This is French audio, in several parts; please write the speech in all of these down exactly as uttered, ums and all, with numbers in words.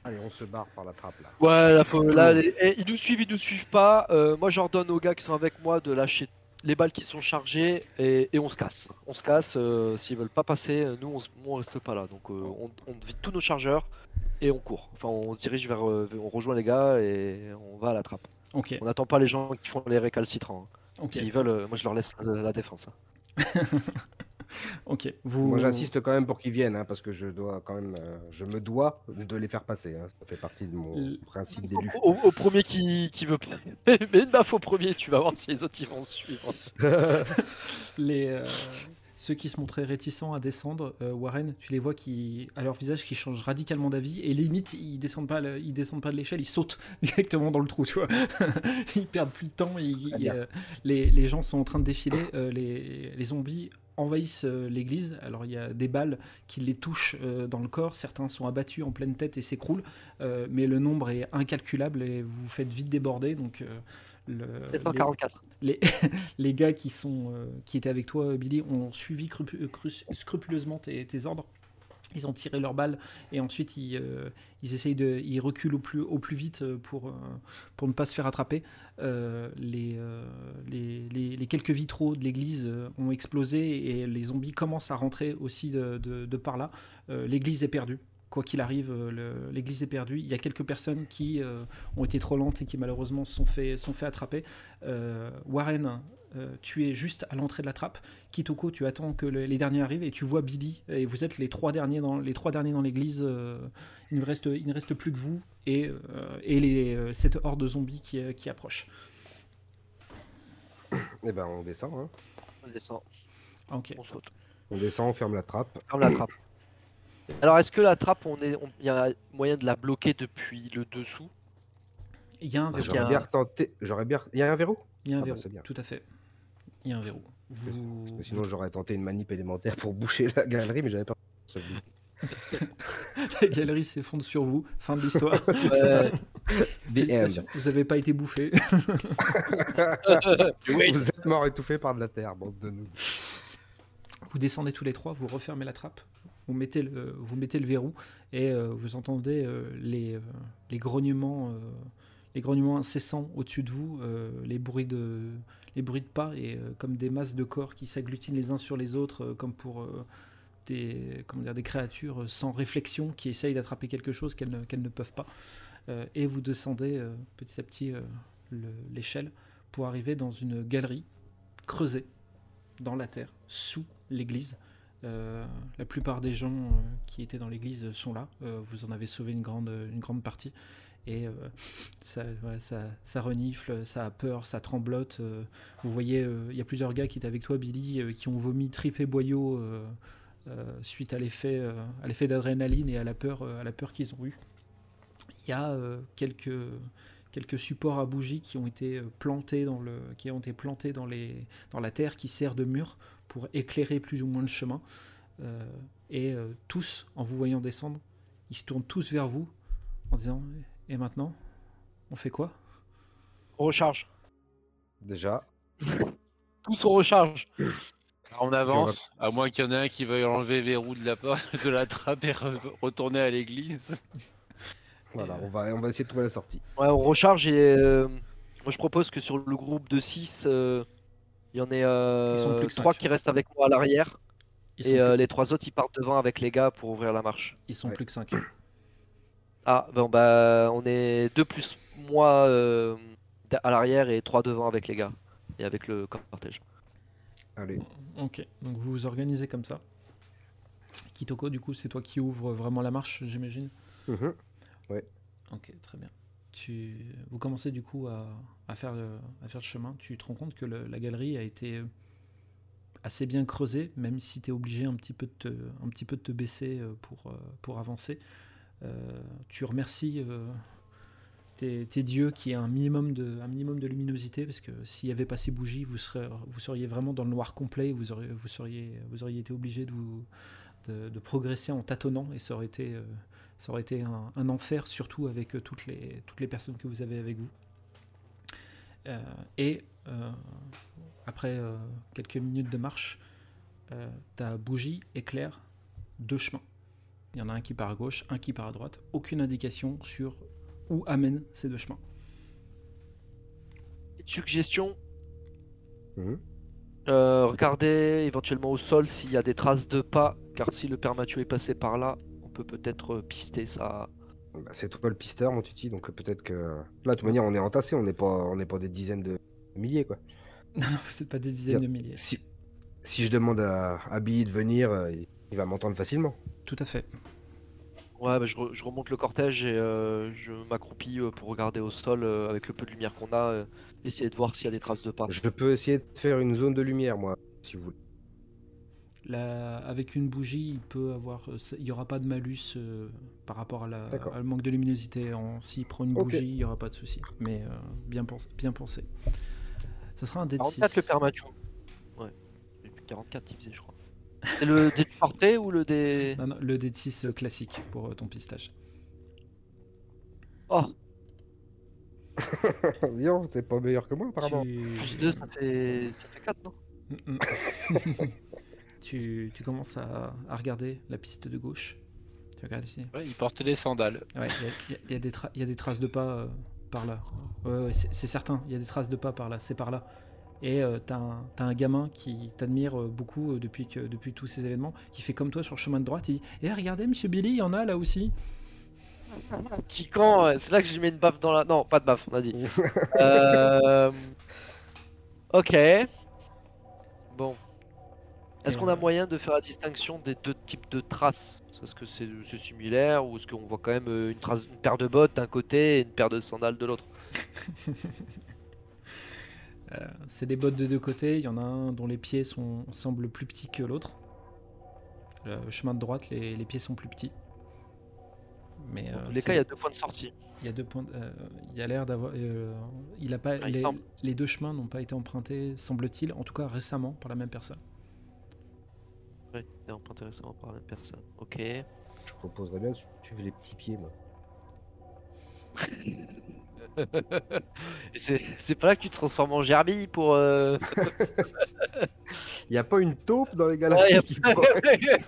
Allez, on se barre par la trappe là. Ouais, là, faut, là les- eh, ils nous suivent, ils nous suivent pas. Euh, moi, j'ordonne aux gars qui sont avec moi de lâcher les balles qui sont chargées et, et on se casse. On se casse. euh, s'ils veulent pas passer, nous, on, se- nous, on reste pas là. Donc, euh, on, on vide tous nos chargeurs et on court. Enfin, on se dirige vers, euh, on rejoint les gars et on va à la trappe. Ok. On n'attend pas les gens qui font les récalcitrants. hein. Ok. S'ils veulent, euh, moi, je leur laisse la, la défense. hein. Ok. Vous. Moi, j'insiste quand même pour qu'ils viennent, hein, parce que je dois quand même, euh, je me dois de les faire passer. Hein. Ça fait partie de mon Le- principe d'élu. Au, au- au premier qui, qui veut. Mets une baffe au premier, tu vas voir si les autres ils vont suivre. Les, euh, ceux qui se montraient réticents à descendre, euh, Warren, tu les vois qui, à leur visage qui changent radicalement d'avis et limite ils descendent pas, le- ils descendent pas de l'échelle, ils sautent directement dans le trou, tu vois. Ils perdent plus de temps. Ils, Très ils, bien. euh, les, les gens sont en train de défiler, euh, les, les zombies envahissent euh, l'église. Alors il y a des balles qui les touchent euh, dans le corps, certains sont abattus en pleine tête et s'écroulent, euh, mais le nombre est incalculable et vous vous faites vite déborder. Donc euh, le, sept cent les- quarante-quatre. les, les gars qui, sont, euh, qui étaient avec toi, Billy, ont suivi crupu- euh, cru- scrupuleusement tes, tes ordres. Ils ont tiré leurs balles et ensuite ils, euh, ils essayent de, ils reculent au plus, au plus vite euh, pour, euh, pour ne pas se faire attraper. Euh, les, euh, les, les, les quelques vitraux de l'église euh, ont explosé et les zombies commencent à rentrer aussi de, de, de par là. Euh, l'église est perdue. Quoi qu'il arrive, euh, le- l'église est perdue. Il y a quelques personnes qui euh, ont été trop lentes et qui malheureusement se sont fait, sont fait attraper. Euh, Warren, euh, tu es juste à l'entrée de la trappe. Kitoko, tu attends que le- les derniers arrivent et tu vois Billy. Et vous êtes les trois derniers dans, les trois derniers dans l'église. euh, il, ne reste, il ne reste plus que vous et, euh, et les, euh, cette horde de zombies qui, euh, qui approche. Eh ben, on descend. Hein. On descend, Ah, ok. on saute. On descend, on ferme la trappe. Ferme la trappe. Alors, est-ce que la trappe, on est, on- il y a moyen de la bloquer depuis le dessous? Il y a un Bah, Parce verrou. qu'il y a J'aurais un- bien tenté. J'aurais bien. Il y a un verrou. Il y a un Ah bah, verrou. c'est bien. Tout à fait. Il y a un verrou. Parce que- Vous... parce que sinon, j'aurais tenté une manip élémentaire pour boucher la galerie, mais j'avais pas. La galerie s'effondre sur vous. Fin de l'histoire. Ouais. Félicitations. Vous n'avez pas été bouffé. Vous êtes morts étouffés par de la terre, bande de nous. Vous descendez tous les trois, vous refermez la trappe, vous mettez le, vous mettez le verrou et euh, vous entendez euh, les, euh, les grognements, euh, les grognements incessants au-dessus de vous, euh, les bruits de, les bruits de pas et euh, comme des masses de corps qui s'agglutinent les uns sur les autres, euh, comme pour euh, des, comment dire, des créatures sans réflexion qui essayent d'attraper quelque chose qu'elles ne, qu'elles ne peuvent pas. Euh, et vous descendez euh, petit à petit euh, le- l'échelle pour arriver dans une galerie creusée dans la terre, sous l'église. Euh, la plupart des gens euh, qui étaient dans l'église sont là. Euh, vous en avez sauvé une grande, une grande partie. Et euh, ça, ouais, ça, ça renifle, ça a peur, ça tremblote. Euh, vous voyez, euh, il y a plusieurs gars qui étaient avec toi, Billy, euh, qui ont vomi tripes et boyaux euh, euh, suite à l'effet, euh, à l'effet d'adrénaline et à la peur, euh, à la peur qu'ils ont eue. Il y a euh, quelques quelques supports à bougies qui ont été plantés dans le, qui ont été plantés dans les, dans la terre qui sert de mur pour éclairer plus ou moins le chemin. Euh, et euh, tous, en vous voyant descendre, ils se tournent tous vers vous en disant « Et maintenant, on fait quoi ?» On recharge. Déjà. Tous on recharge. Alors, on avance, à moins qu'il y en ait un qui veuille enlever les verrous de la, porte, de la trappe et re- retourner à l'église. Voilà, Et, on va, on va essayer de trouver la sortie. Ouais, on recharge et euh, moi je propose que sur le groupe de six, il y en ait Ils sont plus euh, que trois cinq. qui restent avec moi à l'arrière Ils et sont, euh, plus, les trois autres ils partent devant avec les gars pour ouvrir la marche. ils sont Ouais. plus que cinq. Ah, bon bah on est deux plus moi euh, à l'arrière et trois devant avec les gars et avec le cortège. Allez. Ok, donc vous vous organisez comme ça. Kitoko, du coup, c'est toi qui ouvre vraiment la marche, j'imagine. Mhm. Ok, très bien. Tu, vous commencez du coup à, à, faire le, à faire le chemin. Tu te rends compte que le- la galerie a été assez bien creusée, même si tu es obligé un petit peu de te, un petit peu de te baisser euh, pour, euh, pour avancer. Euh, tu remercies euh, tes, tes dieux qui aient un minimum de, un minimum de luminosité, parce que s'il n'y avait pas ces bougies, vous, serez, vous seriez vraiment dans le noir complet, vous auriez, vous seriez, vous auriez été obligé de, vous, de, de progresser en tâtonnant, et ça aurait été... Euh, Ça aurait été un, un enfer, surtout avec euh, toutes, les, toutes les personnes que vous avez avec vous. Euh, et euh, après euh, quelques minutes de marche, euh, ta bougie éclaire deux chemins. Il y en a un qui part à gauche, un qui part à droite. Aucune indication sur où amènent ces deux chemins. Petite suggestion, Mhm. euh, regardez éventuellement au sol s'il y a des traces de pas, car si le père Mathieu est passé par là, on peut peut-être euh, pister ça. Bah, c'est toi le pisteur, mon Titi, donc euh, peut-être que. Là, de toute manière, on est entassés, on n'est pas, on n'est pas des dizaines de milliers, quoi. Non, non, vous n'êtes pas des dizaines de milliers. Si, si je demande à, à Billy de venir, euh, il, il va m'entendre facilement. Tout à fait. Ouais, bah, je, re- je remonte le cortège et euh, je m'accroupis euh, pour regarder au sol euh, avec le peu de lumière qu'on a, euh, essayer de voir s'il y a des traces de pas. Je peux essayer de faire une zone de lumière, moi, si vous voulez. Là, avec une bougie, il peut avoir, euh, ça- il n'y aura pas de malus euh, par rapport à la, D'accord. à le manque de luminosité. En- S'il prend une Ok. bougie, il n'y aura pas de souci. Mais euh, bien, pensé, bien pensé. Ça sera un dé de quarante-quatre le six. père Mathieu. Ouais, depuis quarante-quatre il faisait, je crois. C'est le dé du portrait ou le dé. Non, non, le dé de six euh, classique pour euh, ton pistage. Oh, Dis-donc, c'est pas meilleur que moi, apparemment. Tu... plus deux, ça fait, ça fait quatre, non? Mm, mm. tu, tu commences à, à regarder la piste de gauche. Tu regardes ici. Ouais, il portait des sandales. Ouais, il y, a- il y a des tra- il y a des traces de pas euh, par là. Ouais, ouais, c'est c'est certain, il y a des traces de pas par là, c'est par là. Et euh, t'as un, t'as un gamin qui t'admire euh, beaucoup euh, depuis, que, depuis tous ces événements, qui fait comme toi sur le chemin de droite, il dit « Eh, regardez, monsieur Billy, il y en a là aussi !» Petit camp, ouais, c'est là que je lui mets une baffe dans la. Non, pas de baffe, on a dit. euh... Ok. Bon. Est-ce Et, qu'on a euh, moyen de faire la distinction des deux types de traces? Est-ce que c'est c'est similaire ou est-ce qu'on voit quand même euh, une, trace, une paire de bottes d'un côté et une paire de sandales de l'autre? Euh, c'est des bottes de deux côtés, il y en a un dont les pieds sont, semblent plus petits que l'autre. Le chemin de droite, les, les pieds sont plus petits. Mais Dans euh, tous les c'est- cas, il y a deux points de sortie. Il y a deux points. euh, il y a l'air d'avoir. euh, il a pas. Ah, il les, semble. les deux chemins n'ont pas été empruntés, semble-t-il, en tout cas récemment, par la même personne. Ouais, c'est emprunté récemment par la même personne. Ok. Je proposerais bien de suivre les petits pieds, moi. Et c'est c'est pas là que tu te transformes en gerbille pour. Euh... Il n'y a pas une taupe dans les Ouais, galaxies y a qui pas- pourrait-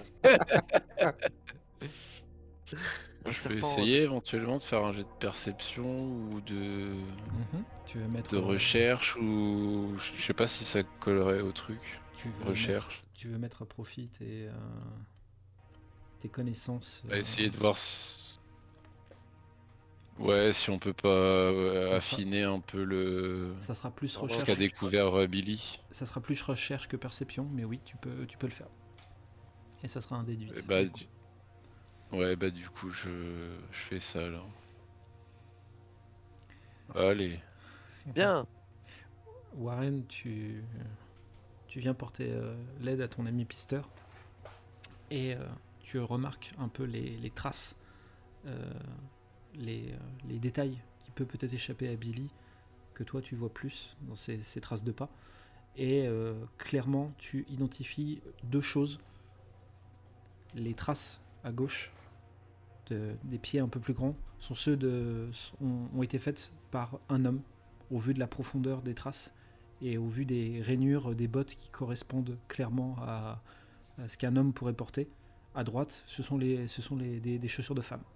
Un Je peux serpent, essayer éventuellement de faire un jet de perception ou de, Mhm. Tu veux mettre. de euh, recherche ou je sais pas si ça collerait au truc. tu veux Recherche. Mettre, tu veux mettre à profit tes, euh, tes connaissances. On va euh, essayer de voir si... Ouais, si on peut pas euh, Ça sera- affiner un peu le... Ça sera plus On va ce recherche. qu'a découvert euh, Billy. Ça sera plus recherche que perception, mais oui, tu peux, tu peux le faire. Et ça sera un déduit. Eh bah, du- Ouais, bah du coup, je, je fais ça là. Allez. Bien. Warren, tu, tu viens porter euh, l'aide à ton ami pisteur et euh, tu remarques un peu les, les traces, euh, les, euh, les détails qui peuvent peut-être échapper à Billy, que toi tu vois plus dans ces, ces traces de pas. Et euh, clairement, tu identifies deux choses. Les traces à gauche de- des pieds un peu plus grands sont ceux de, ont, ont été faites par un homme au vu de la profondeur des traces et au vu des rainures des bottes qui correspondent clairement à, à ce qu'un homme pourrait porter. À droite, ce sont, les, ce sont les, des, des chaussures de femme.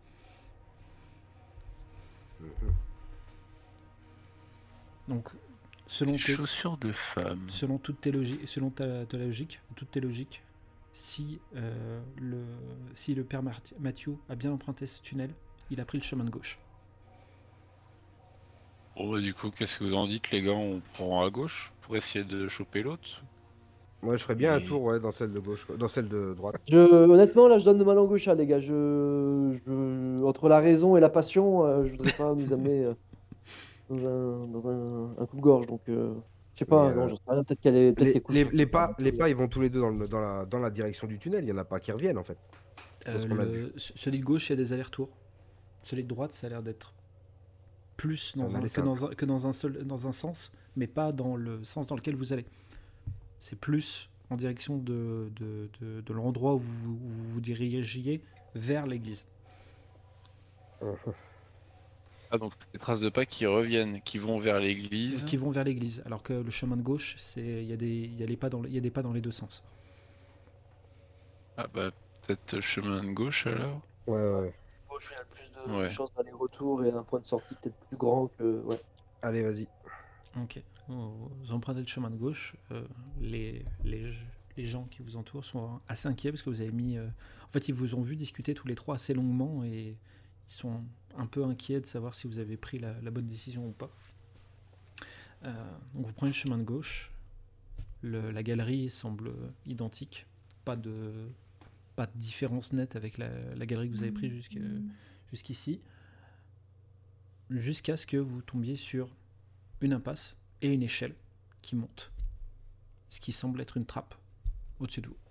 Donc, selon, Les tes, chaussures de femme. selon, toutes tes logi- selon ta, ta logique, toutes tes logiques, si, euh, le, si le père Marti- Mathieu a bien emprunté ce tunnel, il a pris le chemin de gauche. Bon, bah, du coup, qu'est-ce que vous en dites, les gars? On prend à gauche pour essayer de choper l'autre? Moi, je ferais bien un Mais- tour, ouais, dans celle de gauche, quoi. Dans celle de droite. Je, honnêtement, là, je donne de ma langue au chat, les gars. Je, je- entre la raison et la passion, euh, je voudrais pas nous amener euh, dans un, dans un, un coupe-gorge. Donc, euh, je sais pas, Mais, non, euh, j'en sais rien. Peut-être qu'elle est, peut-être Les, qu'elle est couchée. les- les pas, les pas, ils vont tous les deux dans, le- dans la, dans la direction du tunnel. Il y en a pas qui reviennent, en fait. Euh, ce qu'on a le- ce- celui de gauche, il y a des allers-retours. Celui de droite, ça a l'air d'être plus dans Un un, aller que, simple. dans un, que dans un seul dans un sens, mais pas dans le sens dans lequel vous allez. C'est plus en direction de, de, de, de l'endroit où vous, où vous vous dirigiez vers l'église. Ah, donc des traces de pas qui reviennent, qui vont vers l'église. Qui vont vers l'église, alors que le chemin de gauche, c'est il y a des il y a les pas dans il y a des pas dans les deux sens. Ah bah peut-être chemin de gauche alors. Ouais, ouais. Gauche, il y a le plus de Ouais. chances d'aller-retour et un point de sortie peut-être plus grand que. Ouais. Allez, vas-y. Ok. Vous empruntez le chemin de gauche. euh, les, les, les gens qui vous entourent sont assez inquiets parce que vous avez mis. euh, En fait, ils vous ont vu discuter tous les trois assez longuement et ils sont un peu inquiets de savoir si vous avez pris la, la bonne décision ou pas. Euh, donc vous prenez le chemin de gauche. Le- la galerie semble identique. Pas de, pas de différence nette avec la, la galerie que vous avez prise jusque- jusqu'ici. Jusqu'à ce que vous tombiez sur une impasse et une échelle qui monte. Ce qui semble être une trappe au-dessus de vous.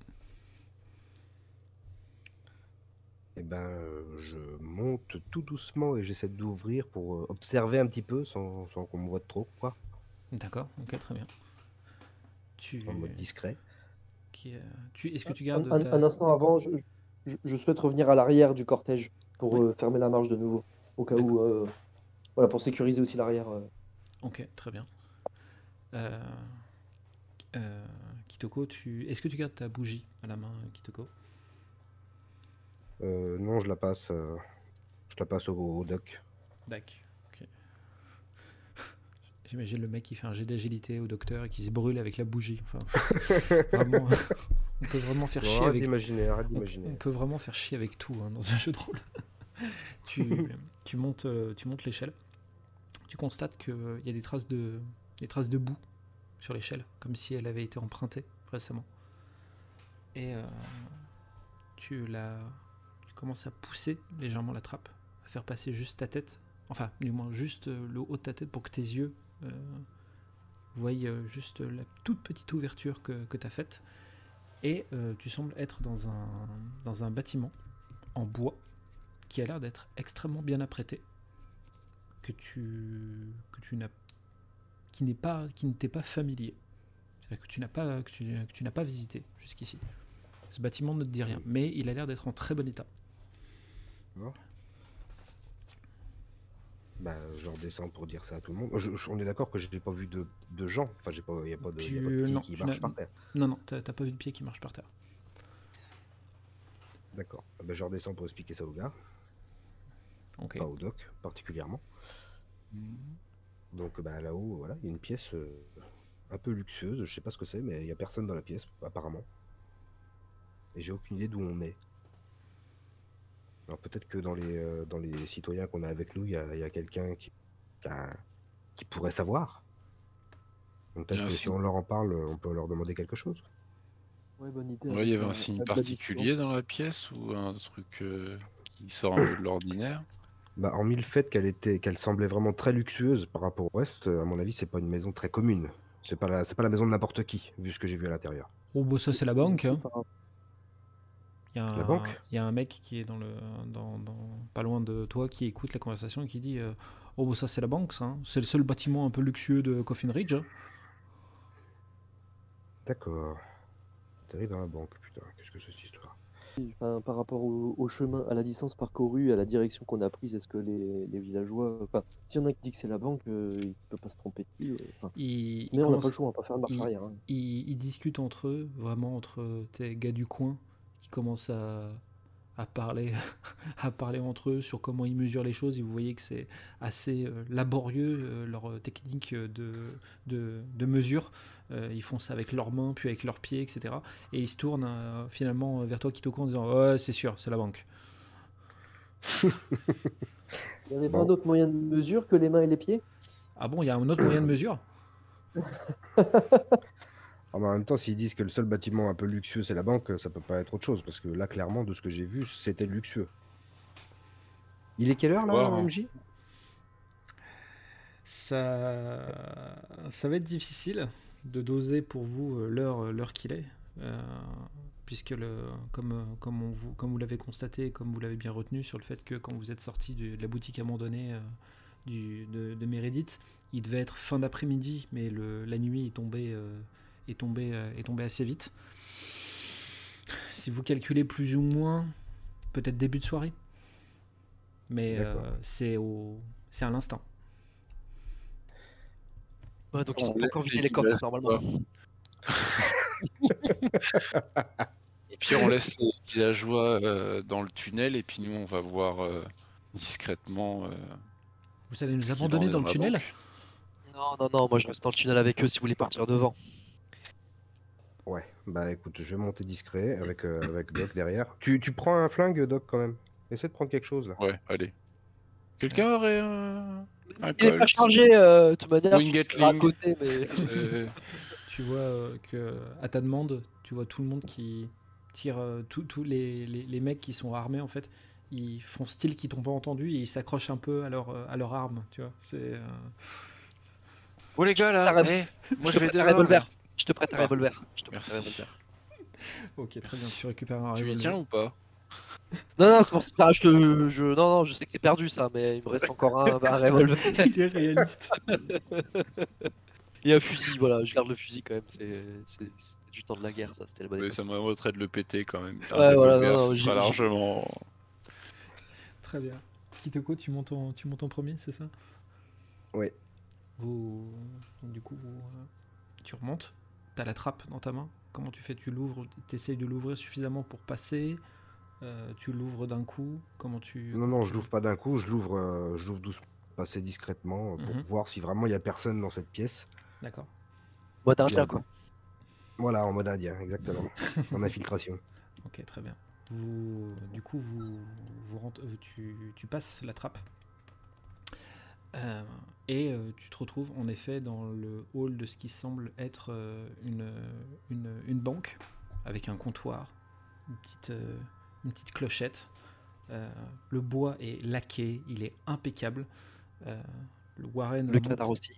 Eh ben, euh, je monte tout doucement et j'essaie d'ouvrir pour euh, observer un petit peu sans, sans qu'on me voie de trop, quoi, D'accord, ok, très bien. Tu, en mode discret. qui, euh, tu, est-ce que tu Un, gardes un- ta... un instant avant, je, je- je souhaite revenir à l'arrière du cortège pour Oui. euh, fermer la marche de nouveau. Au cas où. euh, Voilà, pour sécuriser aussi l'arrière. euh. Ok, très bien. Euh, euh, Kitoko, tu... est-ce que tu gardes ta bougie à la main, Kitoko? Euh, non, je la passe, euh, je la passe au, au doc. D'accord, ok. J'imagine le mec qui fait un jet d'agilité au docteur et qui se brûle avec la bougie. Enfin, vraiment, on peut vraiment faire Bon, chier arrête avec... d'imaginer, arrête On, d'imaginer. on peut vraiment faire chier avec tout hein, dans un jeu de rôle. tu, tu montes, euh, tu montes l'échelle. Tu constates qu'il y a des traces de, des traces de boue sur l'échelle, comme si elle avait été empruntée récemment. Et euh, tu, la, tu commences à pousser légèrement la trappe, à faire passer juste ta tête, enfin, du moins juste euh, le haut de ta tête pour que tes yeux euh, voient euh, juste la toute petite ouverture que, que tu as faite. Et euh, tu sembles être dans un, dans un bâtiment en bois qui a l'air d'être extrêmement bien apprêté, que tu, que tu n'as, qui n'est pas, qui ne t'est pas familier, c'est-à-dire que tu n'as pas, que tu, que tu n'as pas visité jusqu'ici. Ce bâtiment ne te dit rien, mais il a l'air d'être en très bon état. Bon. Bah, je redescends pour dire ça à tout le monde. Je- je- on est d'accord que j'ai pas vu de, de gens. Enfin, j'ai pas, y a pas de, y a Tu- pas de pieds non, qui tu marchent n'as- par terre. Non, non, t'as, t'as pas vu de pied qui marche par terre. D'accord. Bah, je redescends pour expliquer ça au gars, Ok. pas au doc particulièrement. Donc, bah, là-haut, voilà, il y a une pièce euh, un peu luxueuse. Je sais pas ce que c'est, mais il y a personne dans la pièce apparemment. Et j'ai aucune idée d'où on est. Alors peut-être que dans les, euh, dans les citoyens qu'on a avec nous, il y a, il y a quelqu'un qui, qui a- qui pourrait savoir. Donc peut-être Il y a que un si signe. on leur en parle, on peut leur demander quelque chose. Ouais, bonne idée. Ouais, il y avec, avait euh, un signe la- la particulier dans la pièce ou un truc euh, qui sort un peu de l'ordinaire. Bah, hormis le fait qu'elle était, qu'elle semblait vraiment très luxueuse par rapport au reste, à mon avis, c'est pas une maison très commune. C'est pas la, c'est pas la maison de n'importe qui, vu ce que j'ai vu à l'intérieur. Oh, bah ça c'est la banque. Hein. Par- Il y a La un, banque il y a un mec qui est dans le, dans, dans- pas loin de toi qui écoute la conversation et qui dit euh, oh bah ça c'est la banque ça. Hein. C'est le seul bâtiment un peu luxueux de Coffin Ridge. Hein. D'accord. T'arrives dans la banque, putain, qu'est-ce que c'est cette histoire? Enfin, par rapport au, au chemin, à la distance parcourue, à la direction qu'on a prise, est-ce que les, les villageois. Enfin, s'il y en a qui dit que c'est la banque, euh, il peut pas se tromper dessus. euh, enfin. Ils, ils Mais on n'a commencent- pas le choix, on va pas faire de marche ils- arrière. hein. ils, ils discutent entre eux, vraiment entre tes gars du coin qui commencent à, à parler, à parler entre eux sur comment ils mesurent les choses. Et vous voyez que c'est assez euh, laborieux euh, leur technique de, de, de mesure. Euh, ils font ça avec leurs mains, puis avec leurs pieds, et cetera. Et ils se tournent euh, finalement vers toi, Kitoko, en disant ouais, c'est sûr, c'est la banque. Il n'y avait pas Bon. un autre moyen de mesure que les mains et les pieds? Ah bon, il y a un autre moyen de mesure? Ah, mais en même temps, s'ils disent que le seul bâtiment un peu luxueux c'est la banque, ça peut pas être autre chose, parce que là, clairement, de ce que j'ai vu, c'était luxueux. Il est quelle heure là, Voir, hein. M J? Ça, ça va être difficile de doser pour vous euh, l'heure, euh, l'heure qu'il est, euh, puisque le, comme, euh, comme, on vous, comme vous l'avez constaté, comme vous l'avez bien retenu sur le fait que quand vous êtes sorti de, de la boutique abandonnée euh, du, de, de Meredith, il devait être fin d'après-midi, mais le, la nuit est tombée, euh, est, tombée, euh, est tombée assez vite. Si vous calculez plus ou moins, peut-être début de soirée, mais euh, D'accord. c'est, au, c'est à l'instant. Ouais, donc ils On ont pas laisse encore vidé les les coffres guides, normalement. quoi. pire, on laisse les villageois euh, dans le tunnel et puis nous, on va voir euh, discrètement. euh, Vous allez nous ce qu'il en abandonner est dans le la tunnel? banque. Non, non, non, moi je reste dans le tunnel avec eux si vous voulez partir devant. Ouais, bah écoute, je vais monter discret avec, euh, avec Doc derrière. Tu, tu prends un flingue, Doc, quand même. Essaie de prendre quelque chose là. Ouais, allez. Quelqu'un aurait un, un Il est pas Colt chargé, euh, de toute manière, ou une tu seras à Gatling côté, mais... Euh, Tu vois euh, que à ta demande, tu vois tout le monde qui tire, euh, tous tous les, les, les mecs qui sont armés en fait, ils font style qu'ils t'ont pas entendu et ils s'accrochent un peu à leur, euh, à leur arme, tu vois. C'est euh, Oh les gars là, Arrête. eh, moi je je te vais prête un dehors. revolver. là. Je te prête un Ah. revolver. Je te prête un Merci. revolver. ok, très bien. Tu récupères un Tu y revolver. tiens ou pas? Non, non, c'est pour ça. Je te... je... Non, non, je sais que c'est perdu ça, mais il me reste encore un, un revolver. Il est réaliste. Et un fusil, voilà, je garde le fusil quand même. C'est c'est- c'était du temps de la guerre, ça, c'était la bonne Mais époque. ça m'arrêterait de le péter quand même. Un Ouais, voilà, revolver, non, non, ce j'ai- sera j'ai- largement. Très bien. Kitoko, tu montes en, tu montes en premier, c'est ça? Ouais. Vous, donc, du coup, vous, euh, tu remontes. T'as la trappe dans ta main. Comment tu fais? Tu l'ouvres, t'essayes de l'ouvrir suffisamment pour passer. Euh, tu l'ouvres d'un coup. Comment tu Non, non, je l'ouvre pas d'un coup, je l'ouvre euh, je l'ouvre doucement, passer discrètement euh, pour Mhm. voir si vraiment il y a personne dans cette pièce. D'accord. Moi, d'un Bien. chien, quoi. Voilà, en mode indien, exactement. En infiltration. Ok, très bien. Vous, du coup, vous, vous rentrez- euh, tu, tu passes la trappe. Euh, et euh, tu te retrouves en effet dans le hall de ce qui semble être euh, une, une, une banque avec un comptoir, une petite, euh, une petite clochette. Euh, le bois est laqué, il est impeccable. Euh, le Warren Le monte- canard aussi.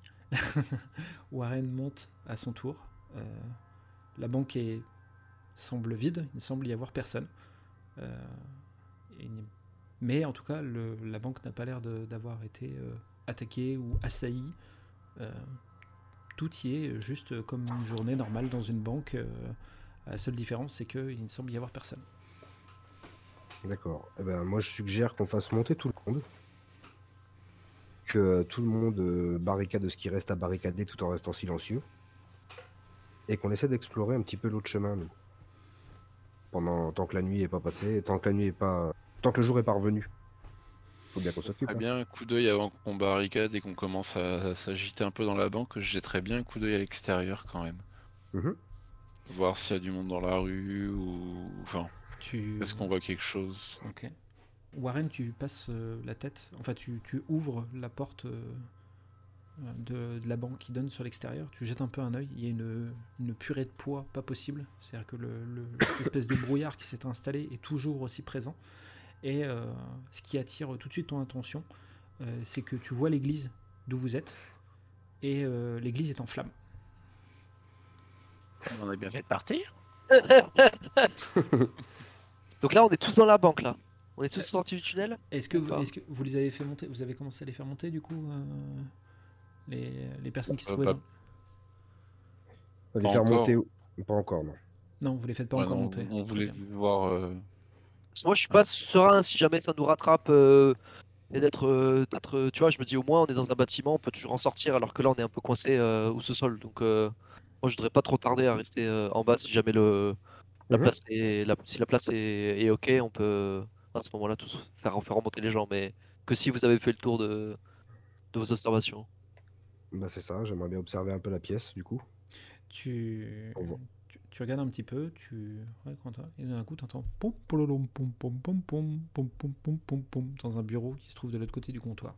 Warren monte à son tour. Euh, la banque est, semble vide, il semble y avoir personne. Euh, et il n'y- mais en tout cas, le- la banque n'a pas l'air de- d'avoir été euh, attaquée ou assaillie. Euh, tout y est juste comme une journée normale dans une banque. Euh, la seule différence, c'est qu'il ne semble y avoir personne. D'accord. Eh ben, moi, je suggère qu'on fasse monter tout le monde. Que euh, tout le monde euh, barricade ce qui reste à barricader tout en restant silencieux. Et qu'on essaie d'explorer un petit peu l'autre chemin, nous. Pendant, tant que la nuit est pas passée, et tant que la nuit est pas... Tant que le jour est pas revenu. Faut bien qu'on s'occupe. Très hein. bien, un coup d'œil avant qu'on barricade et qu'on commence à, à s'agiter un peu dans la banque. Je jetterais bien un coup d'œil à l'extérieur quand même. Mhm. Voir s'il y a du monde dans la rue ou. Enfin, Tu... est-ce qu'on voit quelque chose? Ok. Warren, tu passes euh, la tête, enfin tu, tu ouvres la porte euh, de, de la banque qui donne sur l'extérieur, tu jettes un peu un œil, il y a une, une purée de poids pas possible, c'est-à-dire que le, le- cette espèce de brouillard qui s'est installé est toujours aussi présent. Et euh, ce qui attire tout de suite ton attention, euh, c'est que tu vois l'église d'où vous êtes, et euh, l'église est en flammes. On a bien fait de partir. Donc là, on est tous dans la banque, là. On est tous sortis du tunnel. Est-ce que, Ou vous, pas est-ce que vous les avez fait monter, vous avez commencé à les faire monter du coup, euh, les, les personnes qui se Euh, trouvaient pas- dans... On va les Pas faire encore. monter. au- Pas encore, non. Non, vous les faites pas Ouais, encore non, monter. on Très voulait bien. voir. euh, Parce que moi, je suis pas serein si jamais ça nous rattrape euh, et d'être, euh, d'être, euh, tu vois, je me dis au moins on est dans un bâtiment, on peut toujours en sortir, alors que là on est un peu coincé euh, au sous-sol. Donc euh, moi, je voudrais pas trop tarder à rester euh, en bas si jamais le la Mhm. place est la, si la place est, est ok, on peut à ce moment-là tous faire faire remonter les gens, mais que si vous avez fait le tour de de vos observations. Bah c'est ça, j'aimerais bien observer un peu la pièce, du coup. Tu, On voit. tu, tu regardes un petit peu, tu. Ouais, quand t'as- et d'un coup, t'entends pom, pololom, pom, pom, pom, pom, pom, pom, pom, pom, pom, dans un bureau qui se trouve de l'autre côté du comptoir.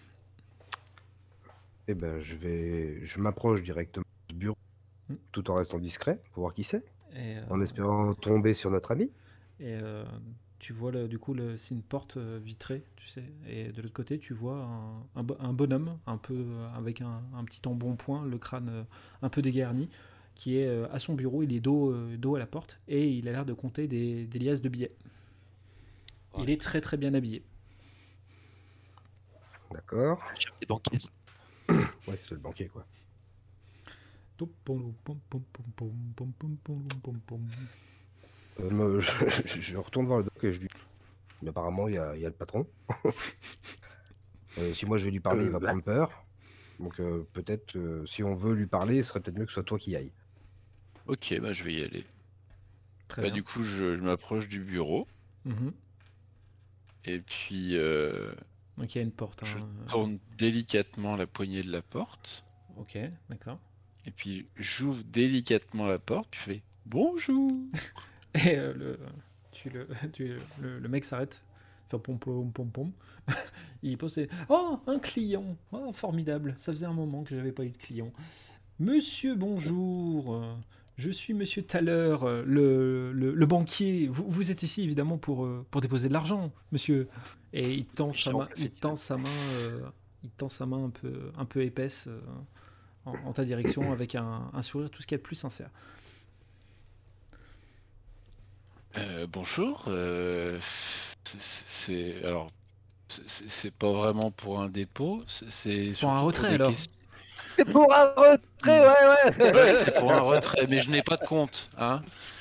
Eh ben, je vais, je m'approche directement du bureau, Mm. tout en restant discret, pour voir qui c'est, Et, euh, en espérant tomber sur notre ami. et euh, tu vois, le, du coup, le, c'est une porte euh, vitrée, tu sais. Et de l'autre côté, tu vois un, un, bo- un bonhomme, un peu euh, avec un, un petit embonpoint, le crâne euh, un peu dégarni, qui est euh, à son bureau. Il est dos, euh, dos à la porte et il a l'air de compter des, des liasses de billets. Il est très très bien habillé. D'accord. Chef des banquiers. ça. Ouais, c'est le banquier, quoi. Euh, me- je, je- je retourne voir le doc et je lui mais apparemment, il y a, il y a le patron. Euh, si moi je vais lui parler, il va Euh, prendre peur. Donc euh, peut-être, euh, si on veut lui parler, ce serait peut-être mieux que ce soit toi qui y aille. Ok, bah je vais y aller. Très Bah, bien. du coup, je, je m'approche du bureau Mhm. et puis euh, Donc il y a une porte. je Hein. tourne délicatement la poignée de la porte Ok, d'accord. et puis j'ouvre délicatement la porte puis je fais bonjour. Et euh, le, tu le, tu, le, le mec s'arrête, fait pom pom pom pom. Il pose ses- Oh, un client. Oh, formidable. Ça faisait un moment que j'avais pas eu de client. Monsieur, bonjour. Euh, Je suis Monsieur Thaler, euh, le, le, le banquier. Vous, vous êtes ici évidemment pour, euh, pour déposer de l'argent, monsieur. Et il tend sa main, il tend sa main, euh, il tend sa main un peu, un peu épaisse euh, en, en ta direction avec un, un sourire tout ce qu'il y a de plus sincère. Euh, bonjour. euh, c'est c'est- alors c'est c'est pas vraiment pour un dépôt, c'est c'est C'est pour un surtout retrait, des alors. questions. C'est pour un retrait, ouais, ouais. Ouais, c'est pour un retrait, mais je n'ai pas de compte, hein.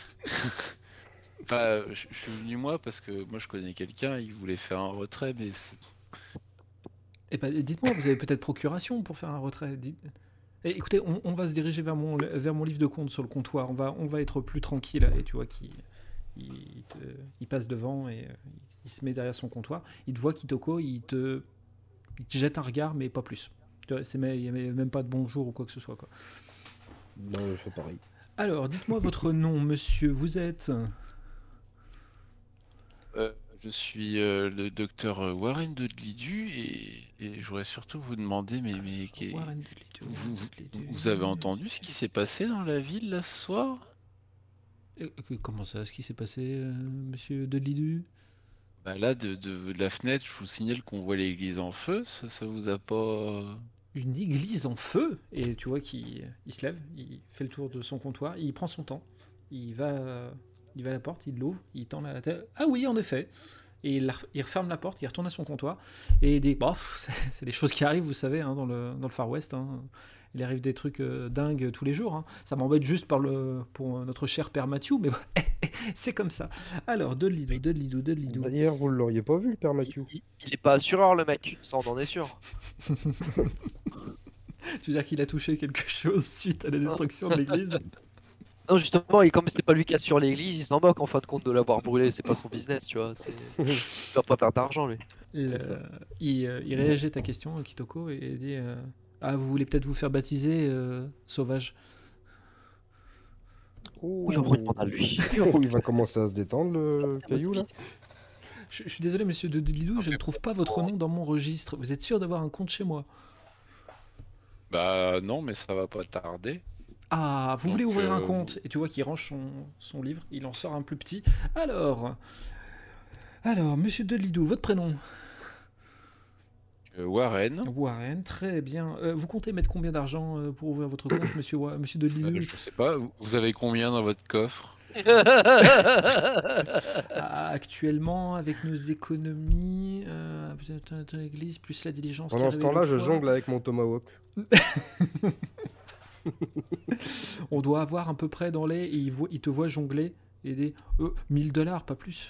Enfin, je, je suis venu moi parce que moi je connais quelqu'un, il voulait faire un retrait, mais c'est- Eh ben, dites-moi, vous avez peut-être procuration pour faire un retrait. Dites- Eh, écoutez, on, on va se diriger vers mon, vers mon livre de compte sur le comptoir. On va, on va être plus tranquille. Et tu vois qu'il il, te- il passe devant et euh, il, il se met derrière son comptoir. Il te voit, Kitoko, il te, il te jette un regard, mais pas plus. Tu vois, c'est même- il n'y a même pas de bonjour ou quoi que ce soit, quoi. Non, je fais pareil. Alors, dites-moi votre nom, monsieur. Vous êtes... Euh, je suis euh, le docteur Warren Dudlidu et, et je voudrais surtout vous demander, mais, mais qu'est- Warren Dudley, vous, vous- Dudley, vous avez entendu ce qui s'est passé dans la ville là ce soir? Euh, euh, Comment ça, ce qui s'est passé, euh, monsieur Dudlidu? Bah là, de, de- de la fenêtre, je vous signale qu'on voit l'église en feu, ça, ça vous a pas... Une église en feu. Et tu vois qu'il il se lève, il fait le tour de son comptoir, il prend son temps, il va, il va à la porte, il l'ouvre, il tend la tête. Ah oui, en effet. Et il, la- il referme la porte, il retourne à son comptoir. Et des, bon, c'est c'est des choses qui arrivent, vous savez, hein, dans, le, dans le Far West. Hein. Il arrive des trucs euh, dingues tous les jours. Hein. Ça m'embête juste par le, pour notre cher père Mathieu, mais bon, c'est comme ça. Alors, Dudlidou, Dudlidou, Dudlidou. D'ailleurs, vous l'auriez pas vu, le père Il, Mathieu. il- il est pas assureur, le mec, ça on en est sûr. Tu veux dire qu'il a touché quelque chose suite à la destruction de l'église? Non, justement, et comme c'était pas lui qui assure l'église, il s'en moque en fin de compte de l'avoir brûlé, c'est pas son business, tu vois. c'est- Il va pas perdre d'argent, lui. Le- C'est ça. il, euh, il réagit à ta question, Kitoko, et il dit euh, Ah, vous voulez peut-être vous faire baptiser, euh, sauvage? Oh, Oui, il va prendre une bande à lui. Oh, il va commencer à se détendre, le caillou, là. Je, je suis désolé, monsieur de Dudlidou, je ne trouve pas votre nom dans mon registre. Vous êtes sûr d'avoir un compte chez moi? Bah non, mais ça va pas tarder. Ah, vous Donc, voulez ouvrir un euh, compte? Et tu vois qu'il range son, son livre, il en sort un plus petit. Alors, alors, monsieur Dudlidou, votre prénom? Euh, Warren, Warren, très bien. Euh, vous comptez mettre combien d'argent euh, pour ouvrir votre compte, monsieur, Wa- monsieur Dudlidou? euh, je sais pas, vous- vous avez combien dans votre coffre? Ah, actuellement, avec nos économies, euh, peut-être l'église, plus la diligence qui est Pendant ce arrivée temps-là, l'autre je fois, jongle avec mon tomahawk. on doit avoir à peu près dans les... Et il, voit- il te voit jongler et des euh, mille dollars, pas plus.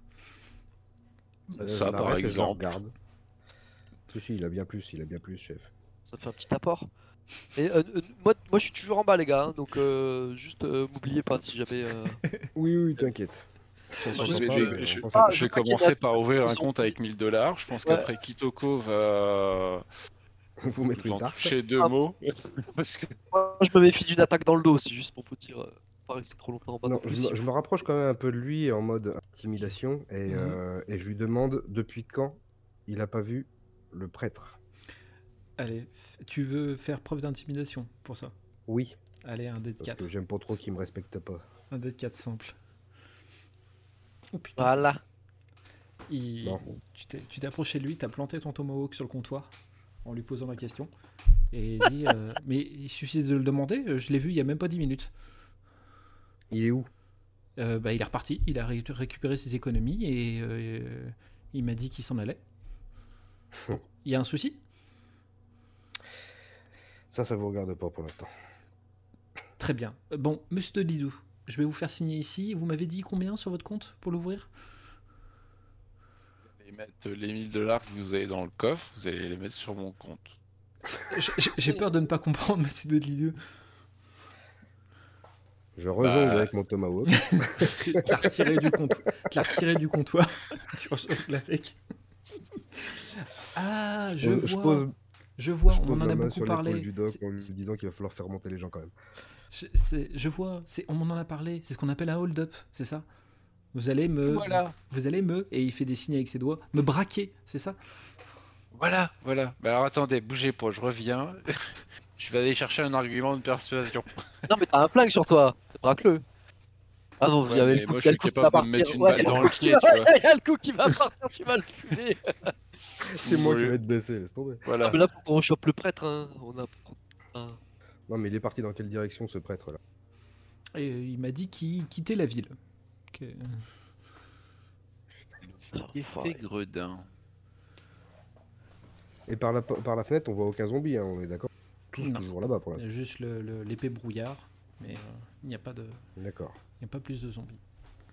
Euh, Ça, je par l'arrête et je le exemple. regarde. Si, si, il a bien plus, il a bien plus, chef. Ça fait un petit apport. Et, euh, euh, moi, moi, je suis toujours en bas, les gars, hein, donc euh, juste euh, m'oubliez pas si jamais. euh, Oui, oui, t'inquiète. On Je s'entend vais- pas, je- mais je- on pense Ah, à Je je vais crois qu'il y en a- commencer par ouvrir un Ils sont- compte avec mille dollars. Je pense Ouais. qu'après Kitoko va vous mettre vous une en tarte. toucher deux Ah. mots. Parce que Moi, je me méfie d'une attaque dans le dos, c'est juste pour vous dire. euh, pas rester trop longtemps en bas. Non, non plus, je, si- me, je me rapproche quand même un peu de lui en mode intimidation et, Mhm. euh, et je lui demande depuis quand il a pas vu le prêtre. Allez, f- tu veux faire preuve d'intimidation pour ça? Oui, Allez, un dé de parce quatre. que j'aime pas trop qu'il me respecte pas. Un dé de quatre simple. Oh putain. Voilà. Il- Bon. Tu t'es tu t'es approché de lui, t'as planté ton tomahawk sur le comptoir en lui posant la question. Et il dit euh, Mais il suffisait de le demander, euh, je l'ai vu il y a même pas dix minutes. Il est où? Euh, bah, il est reparti, il a ré- récupéré ses économies et euh, il m'a dit qu'il s'en allait. Il y a un souci? Ça, ça vous regarde pas pour l'instant. Très bien. Euh, Bon, monsieur de Lidou, je vais vous faire signer ici. Vous m'avez dit combien sur votre compte pour l'ouvrir? vous allez mettre les mille dollars que vous avez dans le coffre, vous allez les mettre sur mon compte. J- j- J'ai peur de ne pas comprendre, monsieur de Lidou. Je rejongle Bah, avec mon tomahawk. Tu l'as retiré du comptoir. Tu l'as retiré du comptoir. Tu rejonges avec. Ah, je Je vois. pose, Je vois, je on pose en ma a main beaucoup sur l'épaule parlé. du doc C'est- en lui c'est- disant qu'il va falloir faire monter les gens quand même. Je, c'est- je vois, c'est, on m'en a parlé. C'est ce qu'on appelle un hold-up, c'est ça? Vous allez me, voilà, vous allez me, et il fait des signes avec ses doigts, me braquer, c'est ça? voilà, voilà. Bah alors attendez, bougez pas, je reviens. Je vais aller chercher un argument de persuasion. Non, mais t'as un flingue sur toi. Braque-le. Ah non, il y Ouais, avait mais le coup, moi il y a je le suis coup qui capable va de me partir. mettre une Ouais, balle il y a dans le le coup qui pied, va- tu vois. il y a le coup qui va partir, tu vas le fumer. C'est moi qui Oui. vais être blessé, laisse tomber. Voilà. Mais là, faut qu'on chope le prêtre. Hein. On a... Ah. Non, mais il est parti dans quelle direction ce prêtre là? Et euh, il m'a dit qu'il quittait la ville. Que- Effet gredin. Et par la, par la fenêtre, on voit aucun zombie, hein, on est d'accord? Tous Non. toujours là-bas pour Il y l'instant. a juste le- le- l'épée brouillard, mais euh, il n'y a pas de, D'accord. il n'y a pas plus de zombies.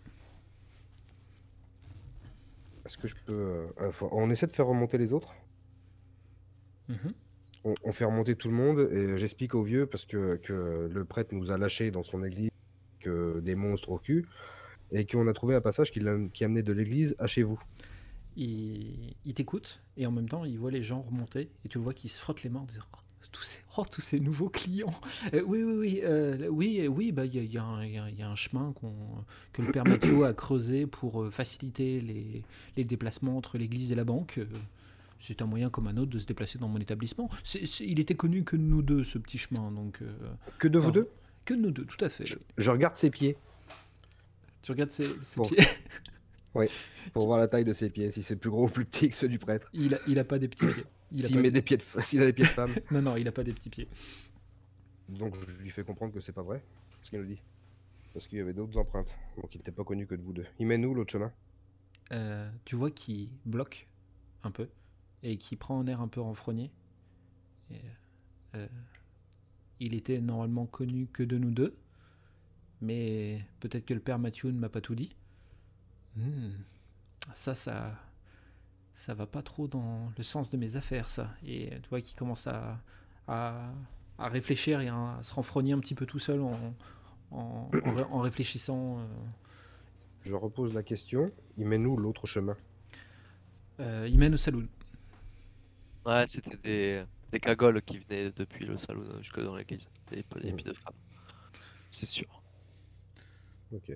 Est-ce que je peux. euh, euh, faut- on essaie de faire remonter les autres? Mhm. on, on fait remonter tout le monde et j'explique aux vieux parce que, que le prêtre nous a lâchés dans son église, que des monstres au cul, et qu'on a trouvé un passage qui, l'a- qui amenait de l'église à chez vous. Il, il t'écoute et en même temps il voit les gens remonter et tu le vois qui se frotte les mains en disant oh, tous ces, oh, tous ces nouveaux clients. Euh, oui oui oui euh, oui euh, oui bah il y, a- il y a un- il y a- il y a un chemin qu'on, que le père Mathieu a creusé pour euh, faciliter les, les déplacements entre l'église et la banque. Euh, C'est un moyen comme un autre de se déplacer dans mon établissement. C'est- c'est- il était connu que de nous deux ce petit chemin donc euh, Que de vous Alors, deux? que de nous deux tout à fait. je, oui. je regarde ses pieds Tu regardes ses, ses Bon. pieds. pour voir la taille de ses pieds, si c'est plus gros ou plus petit que ceux du prêtre. Il a, il a pas des petits pieds. Il a S'il pas- met des pieds de f- s'il a des pieds de femme. Non non il a pas des petits pieds. Donc je lui fais comprendre que c'est pas vrai, ce qu'il nous dit. Parce qu'il y avait d'autres empreintes, donc il n'était pas connu que de vous deux. Il mène où l'autre chemin? Euh, tu vois qu'il bloque un peu et qui prend un air un peu renfrogné. Et, euh, il était normalement connu que de nous deux, mais peut-être que le père Mathieu ne m'a pas tout dit. Hmm, ça, ça, ça va pas trop dans le sens de mes affaires, ça. Et tu vois qu'il commence à, à, à réfléchir et à, se renfrogner un petit peu tout seul en, en, en ré- en réfléchissant. euh. Je repose la question, il mène où l'autre chemin? Euh, il mène au saloon. Ouais, c'était des, des cagoles qui venaient depuis le salon jusque dans l'église. Des, des pieds de femme. C'est sûr. Ok.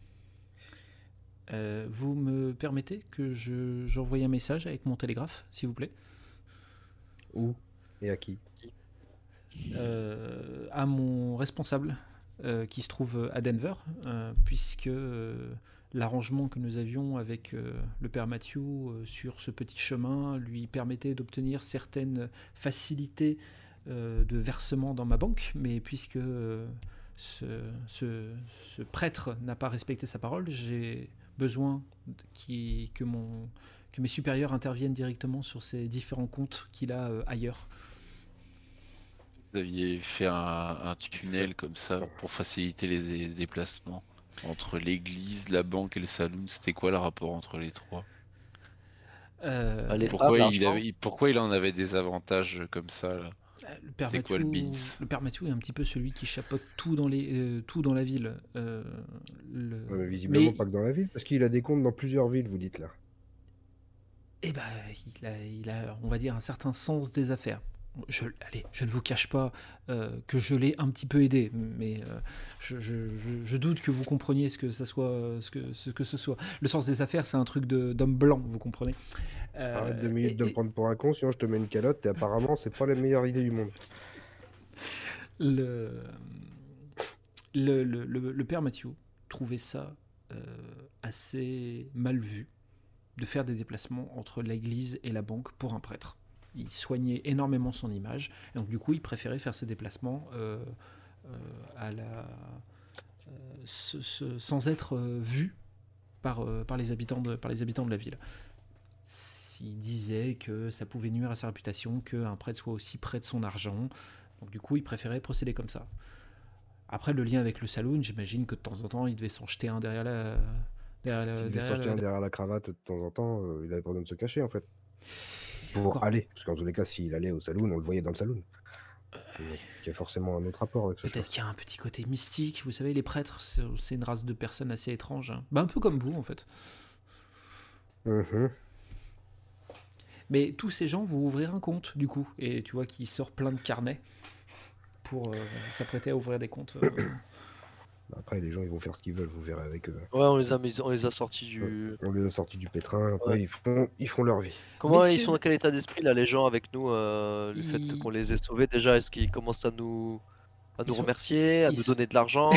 Euh, vous me permettez que je, j'envoie un message avec mon télégraphe, s'il vous plaît, Où et à qui? euh, à mon responsable euh, qui se trouve à Denver, euh, puisque euh, l'arrangement que nous avions avec euh, le père Mathieu euh, sur ce petit chemin lui permettait d'obtenir certaines facilités euh, de versement dans ma banque, mais puisque euh, ce, ce, ce prêtre n'a pas respecté sa parole, j'ai besoin qui, que, mon, que mes supérieurs interviennent directement sur ces différents comptes qu'il a euh, ailleurs. Vous aviez fait un, un tunnel comme ça pour faciliter les, les déplacements entre l'église, la banque et le saloon. C'était quoi le rapport entre les trois? Euh, Allez. Pourquoi Ah, il, l'argent. avait, pourquoi il en avait des avantages comme ça là? le père c'est quoi le Mathieu, beans le père Mathieu est un petit peu celui qui chapeaute tout dans, les, euh, tout dans la ville. Euh, le... Ouais, mais visiblement mais- pas que dans la ville, parce qu'il a des comptes dans plusieurs villes, vous dites là. Eh ben, il a, il a, on va dire, un certain sens des affaires. Je, allez, je ne vous cache pas euh, que je l'ai un petit peu aidé, mais euh, je, je- je- je doute que vous compreniez ce que ça soit, ce que, ce que ce soit. Le sens des affaires, c'est un truc de- d'homme blanc, vous comprenez. Euh, Arrête deux minutes et- de me et prendre pour un con, sinon je te mets une calotte et apparemment c'est pas la meilleure idée du monde. le, le, le, le- le père Mathieu trouvait ça euh, assez mal vu de faire des déplacements entre l'église et la banque pour un prêtre. Il soignait énormément son image, et donc du coup il préférait faire ses déplacements euh, euh, à la, euh, ce- ce- sans être euh, vu par, euh, par, les habitants de, par les habitants de la ville. Il disait que ça pouvait nuire à sa réputation, qu'un prêtre soit aussi près de son argent, donc du coup il préférait procéder comme ça. Après le lien avec le saloon, j'imagine que de temps en temps il devait s'en jeter un derrière la... Derrière la- S'il devait derrière s'acheter la- un derrière la cravate de temps en temps, euh, il avait pas besoin de se cacher en fait. Pour Encore. aller, parce qu'en tous les cas, s'il allait au saloon, on le voyait dans le saloon. Donc, il y a forcément un autre rapport avec ce Peut-être chat. qu'il y a un petit côté mystique. Vous savez, les prêtres, c'est c'est une race de personnes assez étranges. hein. Bah, un peu comme vous, en fait. Mhm. Mais tous ces gens vont ouvrir un compte, du coup. Et tu vois qu'il sort plein de carnets pour euh, s'apprêter à ouvrir des comptes. euh. Après, les gens, ils vont faire ce qu'ils veulent, vous verrez avec eux. Ouais, on les a, mis- on les a sortis du. On les a sortis du pétrin, après, Ouais. ils, font, ils font leur vie. Comment ils Messieurs, sont dans quel état d'esprit là, les gens avec nous, euh, le fait Ils- qu'on les ait sauvés déjà, est-ce qu'ils commencent à nous, à Ils nous sont- remercier, à ils nous sont- donner de l'argent?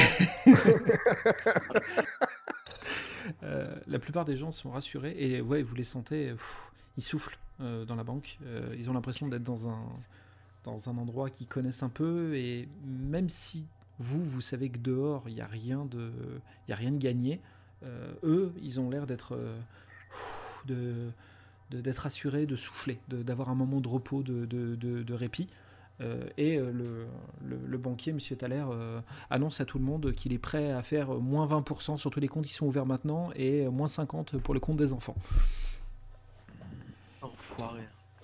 Euh, la plupart des gens sont rassurés et ouais, vous les sentez, pff, ils soufflent euh, dans la banque. Euh, ils ont l'impression d'être dans un, dans un endroit qu'ils connaissent un peu et même si vous, vous savez que dehors, il n'y a rien de, il y a rien de gagné, euh, eux, ils ont l'air d'être euh, de, de- d'être assurés, de souffler, de- d'avoir un moment de repos, de, de, de- de répit. Euh, et euh, le, le, le banquier, M. Thaler, euh, annonce à tout le monde qu'il est prêt à faire euh, moins vingt pour cent sur tous les comptes qui sont ouverts maintenant et euh, moins cinquante pour le compte des enfants. Enfoiré.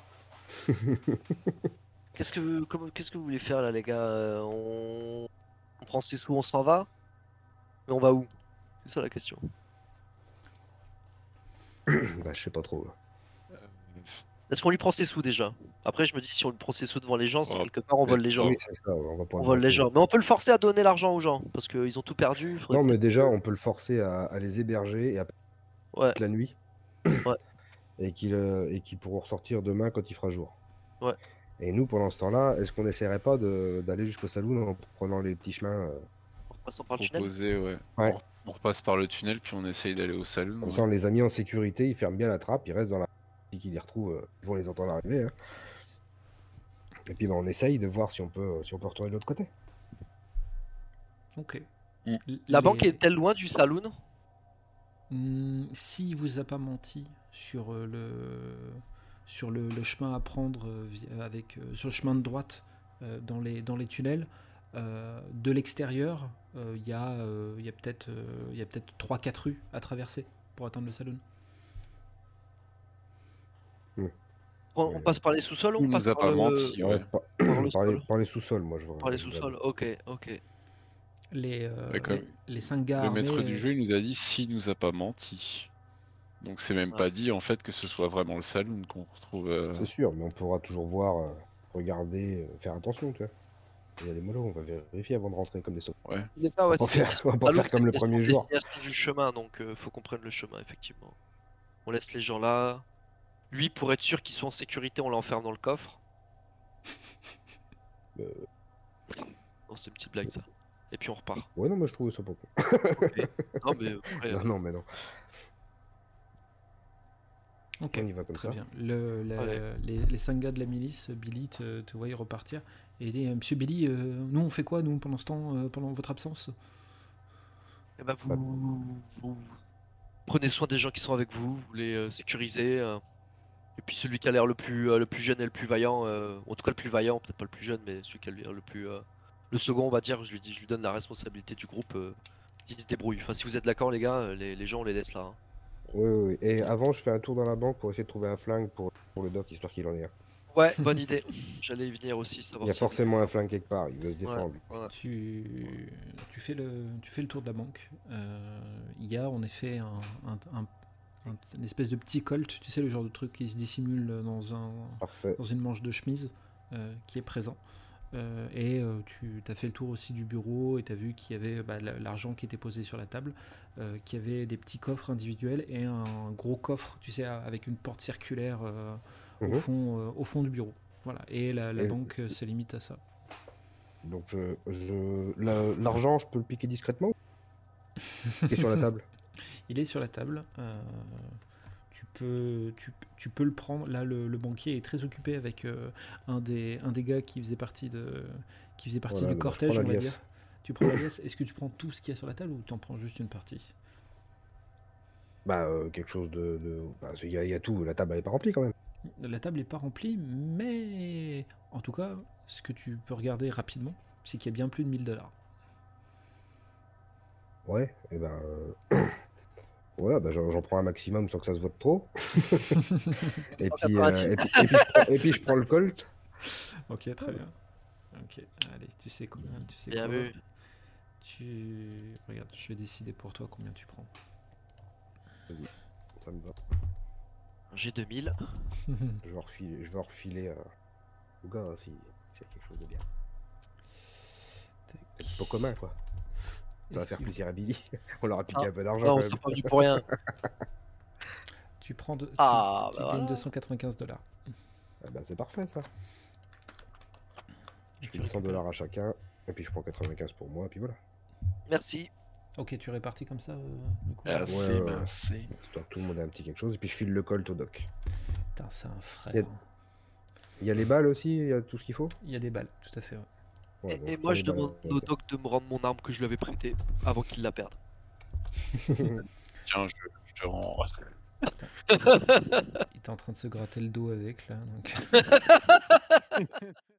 Qu'est-ce que, vous- comment- qu'est-ce que vous voulez faire là, les gars? Euh, on... on prend ses sous, on s'en va? Mais on va où? C'est ça la question. Bah, je sais pas trop. Est-ce qu'on lui prend ses sous déjà? Après, je me dis, si on lui prend ses sous devant les gens, c'est Oh, quelque part on vole les gens. Oui, c'est ça, on va pas On le vole les braquer. gens. Mais on peut le forcer à donner l'argent aux gens, parce qu'ils ont tout perdu. il faudrait Non, mais peut-être- déjà, on peut le forcer à, à les héberger et à Ouais, la nuit. Ouais. Et qu'ils euh, et qu'ils pourront ressortir demain quand il fera jour. Ouais. Et nous, pendant ce temps-là, est-ce qu'on n'essaierait pas de- d'aller jusqu'au saloon en prenant les petits chemins euh, en passant par le tunnel. Proposé, ouais. Ouais. On, on repasse par le tunnel, puis on essaye d'aller au salon. Comme ouais. ça, on les a mis en sécurité, ils ferment bien la trappe, ils restent dans la... Puis qu'ils les retrouvent, euh, ils vont les entendre arriver. hein. Et puis, bah, on essaye de voir si on peut, si on peut retourner de l'autre côté. Ok. Mm. L- La les- banque est-elle loin du saloon? Hmm, S'il vous a pas menti sur euh, le sur le, le chemin à prendre euh, vi- avec euh, sur le chemin de droite euh, dans les dans les tunnels, euh, de l'extérieur, euh, il y a euh, il y a peut-être euh, il y a peut-être trois quatre rues à traverser pour atteindre le saloon. On, on Ouais. passe par les sous-sols ou Il on passe nous a par pas le... menti, ouais. Par, par le par les, sol. par les sous-sols, moi, je vois. par les je- sous-sols? Ok, ok. Les euh, Ouais, comme les, les cinq gars Le armés, maître euh, du jeu, il nous a dit s'il nous a pas menti. Donc c'est même Ouais. pas dit en fait que ce soit vraiment le saloon qu'on retrouve. euh, C'est sûr, mais on pourra toujours voir, euh, regarder, euh, faire attention, tu vois. Il y a des mollos, on va vérifier avant de rentrer comme des sauts. Je sais pas, ouais, On va c'est pas une faire- question on va de pas saloon, faire comme c'est le une question premier de jour. destination du chemin, donc euh, faut qu'on prenne le chemin, effectivement. On laisse les gens là. Lui, pour être sûr qu'ils sont en sécurité, on l'enferme dans le coffre. Euh, Non, c'est une petite blague ça. Et puis on repart. Ouais, non, moi je trouve ça pas con. Non, mais après, Non, non, mais non. Ok, On y va comme très ça. bien. Le, la- Allez. les, les cinq gars de la milice, Billy te, te voit y repartir et il dit euh, Monsieur Billy, euh, nous on fait quoi nous pendant ce temps, euh, pendant votre absence? eh ben, vous, vous prenez soin des gens qui sont avec vous, vous les euh, sécurisez. euh. Et puis celui qui a l'air le plus, euh, le plus jeune et le plus vaillant, euh, en tout cas le plus vaillant, peut-être pas le plus jeune, mais celui qui a l'air le plus, euh, le second, on va dire, je lui dis, je lui donne la responsabilité du groupe, euh, qui se débrouille. Enfin, si vous êtes d'accord, les gars, euh, les, les gens, on les laisse là. hein. Oui, oui, oui. Et avant, je fais un tour dans la banque pour essayer de trouver un flingue pour, pour le doc, histoire qu'il en ait un. Ouais, bonne idée. J'allais y venir aussi, Il savoir y a si- forcément un flingue quelque part, il veut se Ouais, défendre. ouais. Tu, tu, fais le, tu fais le tour de la banque. Euh, Il y a en effet un, un- un- un- une espèce de petit colt, tu sais, le genre de truc qui se dissimule dans, un, Parfait. dans une manche de chemise euh, qui est présent. Euh, et euh, tu as fait le tour aussi du bureau et tu as vu qu'il y avait bah, la- l'argent qui était posé sur la table, euh, qu'il y avait des petits coffres individuels et un gros coffre, tu sais, avec une porte circulaire euh, au, Mhm. fond, euh, au fond du bureau. Voilà. Et la, la Et- banque euh, se limite à ça. Donc, je, je... la- l'argent, je peux le piquer discrètement Il est sur la table. Il est sur la table. euh, tu, peux, tu, tu peux le prendre. Là, le, le banquier est très occupé avec euh, un, des, un des gars qui faisait partie, de, qui faisait partie Voilà, du bah, je cortège, prends on la va liasse. dire. Tu prends la liasse. Est-ce que tu prends tout ce qu'il y a sur la table ou tu en prends juste une partie? Bah, euh, quelque chose de. de... bah, il y, a- il y a tout, la table elle est pas remplie quand même. La table n'est pas remplie, mais en tout cas, ce que tu peux regarder rapidement, c'est qu'il y a bien plus de mille dollars. Ouais, et ben. euh, Voilà, bah, j'en j'en prends un maximum sans que ça se vote trop. et, puis, euh, et, puis, et, puis, je prends, et puis je prends le colt. Ok, très bien. Ok, allez, tu sais quoi, tu sais Bien quoi. vu. Tu... Regarde, je vais décider pour toi combien tu prends. Vas-y, ça me va. J'ai deux mille. Je vais refiler, je vais refiler euh, au gars hein, si- s'il y a quelque chose de bien. Tac. C'est pas commun quoi. Ça va Est-ce faire qu'il- plaisir à Billy. On leur a piqué Ah. un peu d'argent Non, quand on même. s'est pas venu pour rien. Tu prends de... tu- Ah, tu, bah gagnes voilà. deux cent quatre-vingt-quinze dollars. Ah bah, c'est parfait ça. Je Tu file cent récupères- dollars à chacun. Et puis je prends quatre-vingt-quinze pour moi. Et puis voilà. Merci. Ok, tu répartis comme ça, euh, du coup. Merci, Ouais, ouais, ouais. merci. Histoire que tout le monde ait un petit quelque chose. Et puis je file le colt au doc. Putain, c'est un frère. Il y a- Il y a les balles aussi, il y a tout ce qu'il faut. Il y a des balles, tout à fait. Ouais. Ouais, Et, donc et prends moi, les je balles, demande euh, au doc de me rendre mon arme que je lui avais prêtée avant qu'il la perde. Tiens, je, je te rends. Il était en train de se gratter le dos avec, là. Donc...